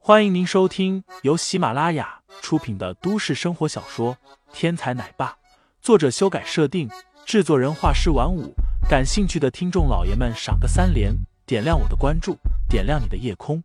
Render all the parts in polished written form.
欢迎您收听由喜马拉雅出品的都市生活小说《天才奶爸》，作者修改设定，制作人画师晚舞。感兴趣的听众老爷们赏个3连，点亮我的关注，点亮你的夜空。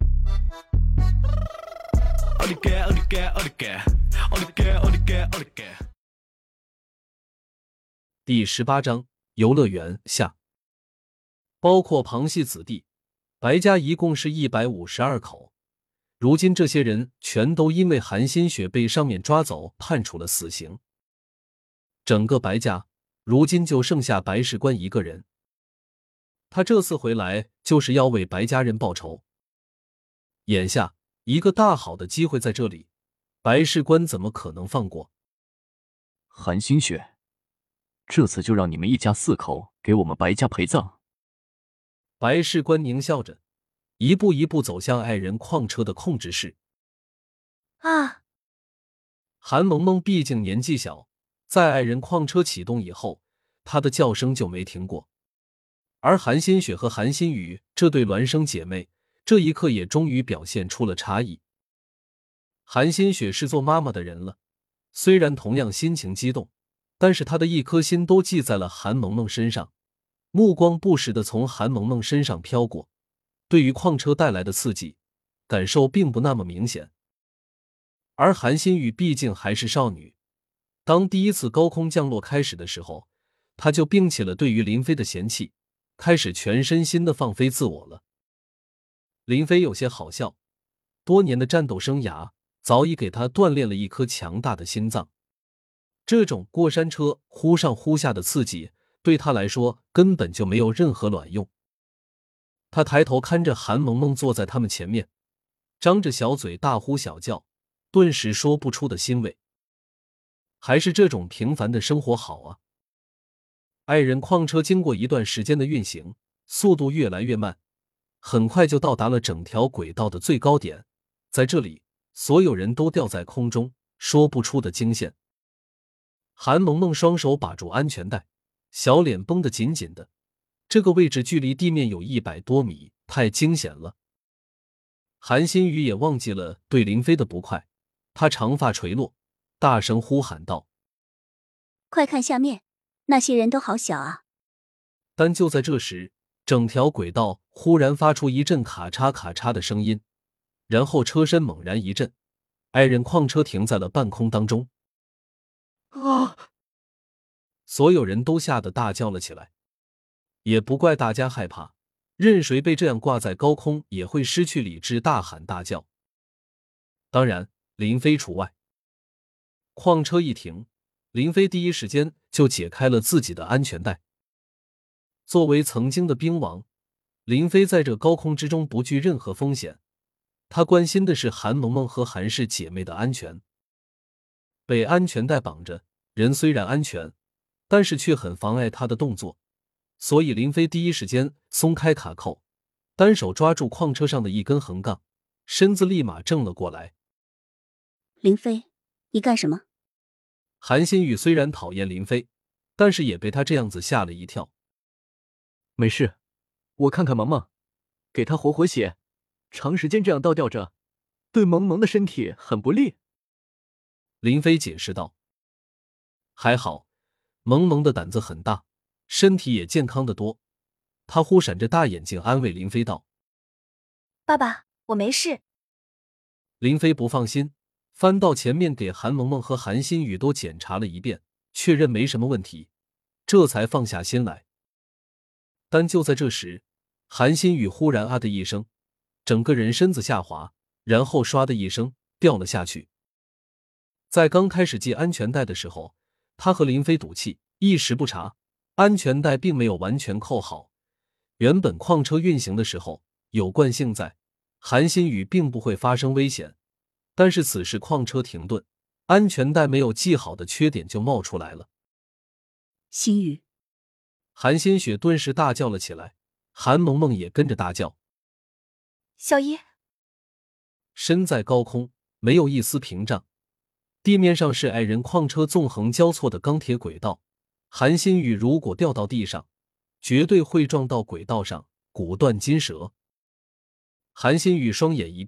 第18章游乐园下。包括旁系子弟，白家一共是152口。如今这些人全都因为韩新雪被上面抓走判处了死刑。整个白家如今就剩下白士官一个人。他这次回来就是要为白家人报仇。眼下一个大好的机会在这里，白士官怎么可能放过？ 韩新雪，这次就让你们一家4口给我们白家陪葬。 白士官狞笑着，一步一步走向爱人矿车的控制室。 啊！ 韩萌萌毕竟年纪小，在爱人矿车启动以后，她的叫声就没停过。而韩新雪和韩新宇这对孪生姐妹，这一刻也终于表现出了差异。韩新雪是做妈妈的人了，虽然同样心情激动，但是她的一颗心都系在了韩萌萌身上，目光不时地从韩萌萌身上飘过，对于矿车带来的刺激，感受并不那么明显。而韩新宇毕竟还是少女，当第一次高空降落开始的时候，她就摒弃了对于林飞的嫌弃，开始全身心地放飞自我了。林飞有些好笑，多年的战斗生涯早已给他锻炼了一颗强大的心脏。这种过山车忽上忽下的刺激，对他来说根本就没有任何卵用。他抬头看着韩萌萌坐在他们前面，张着小嘴大呼小叫，顿时说不出的欣慰。还是这种平凡的生活好啊。爱人矿车经过一段时间的运行，速度越来越慢，很快就到达了整条轨道的最高点。在这里，所有人都吊在空中，说不出的惊险。韩萌萌双手把住安全带，小脸绷得紧紧的，这个位置距离地面有100多米，太惊险了。韩新宇也忘记了对林飞的不快，他长发垂落，大声呼喊道： 快看下面，那些人都好小啊！ 但就在这时，整条轨道忽然发出一阵咔嚓咔嚓的声音，然后车身猛然一震，爱人矿车停在了半空当中。 啊！ 所有人都吓得大叫了起来。也不怪大家害怕，任谁被这样挂在高空也会失去理智，大喊大叫。当然，林飞除外。矿车一停，林飞第一时间就解开了自己的安全带。作为曾经的兵王，林飞在这高空之中不惧任何风险，他关心的是韩萌萌和韩氏姐妹的安全。被安全带绑着，人虽然安全，但是却很妨碍他的动作，所以林飞第一时间松开卡扣，单手抓住矿车上的一根横杠，身子立马正了过来。 林飞，你干什么？ 韩新宇虽然讨厌林飞，但是也被他这样子吓了一跳。 没事，我看看萌萌，给她活活血，长时间这样倒吊着，对萌萌的身体很不利。 林飞解释道。还好，萌萌的胆子很大，身体也健康得多。他忽闪着大眼睛安慰林飞道： 爸爸，我没事。 林飞不放心，翻到前面给韩萌萌和韩新宇都检查了一遍，确认没什么问题，这才放下心来。但就在这时，韩新宇忽然啊的一声，整个人身子下滑，然后唰的一声掉了下去。在刚开始系安全带的时候，他和林飞赌气，一时不察，安全带并没有完全扣好。原本矿车运行的时候，有惯性在，韩新宇并不会发生危险，但是此时矿车停顿，安全带没有系好的缺点就冒出来了。 新宇， 韩新雪顿时大叫了起来，韩萌萌也跟着大叫。 小姨， 身在高空，没有一丝屏障，地面上是爱人矿车纵横交错的钢铁轨道，韩新宇如果掉到地上，绝对会撞到轨道上，骨断筋折。韩新宇双眼一闭，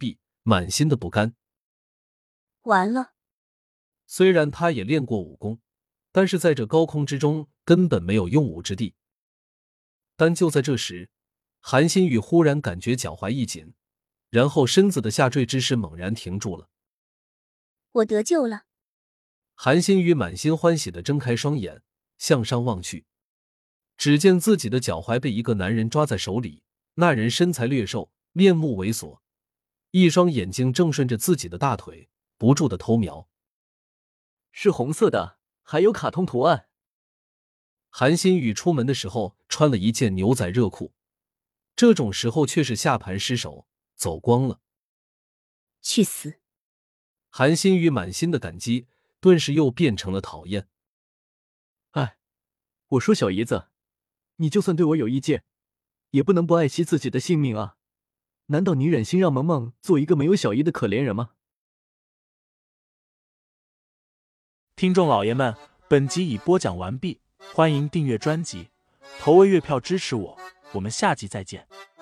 满心的不甘。 完了， 虽然他也练过武功，但是在这高空之中根本没有用武之地。但就在这时，韩新宇忽然感觉脚踝一紧，然后身子的下坠之势猛然停住了。 我得救了！ 韩新宇满心欢喜地睁开双眼，向上望去，只见自己的脚踝被一个男人抓在手里，那人身材略瘦，面目猥琐，一双眼睛正顺着自己的大腿不住地偷瞄。 是红色的，还有卡通图案。 韩新宇出门的时候穿了一件牛仔热裤，这种时候却是下盘失手，走光了。 去死！ 韩新宇满心的感激，顿时又变成了讨厌。 哎，我说小姨子，你就算对我有意见，也不能不爱惜自己的性命啊！难道你忍心让萌萌做一个没有小姨的可怜人吗？ 听众老爷们，本集已播讲完毕，欢迎订阅专辑，投喂月票支持我，我们下集再见。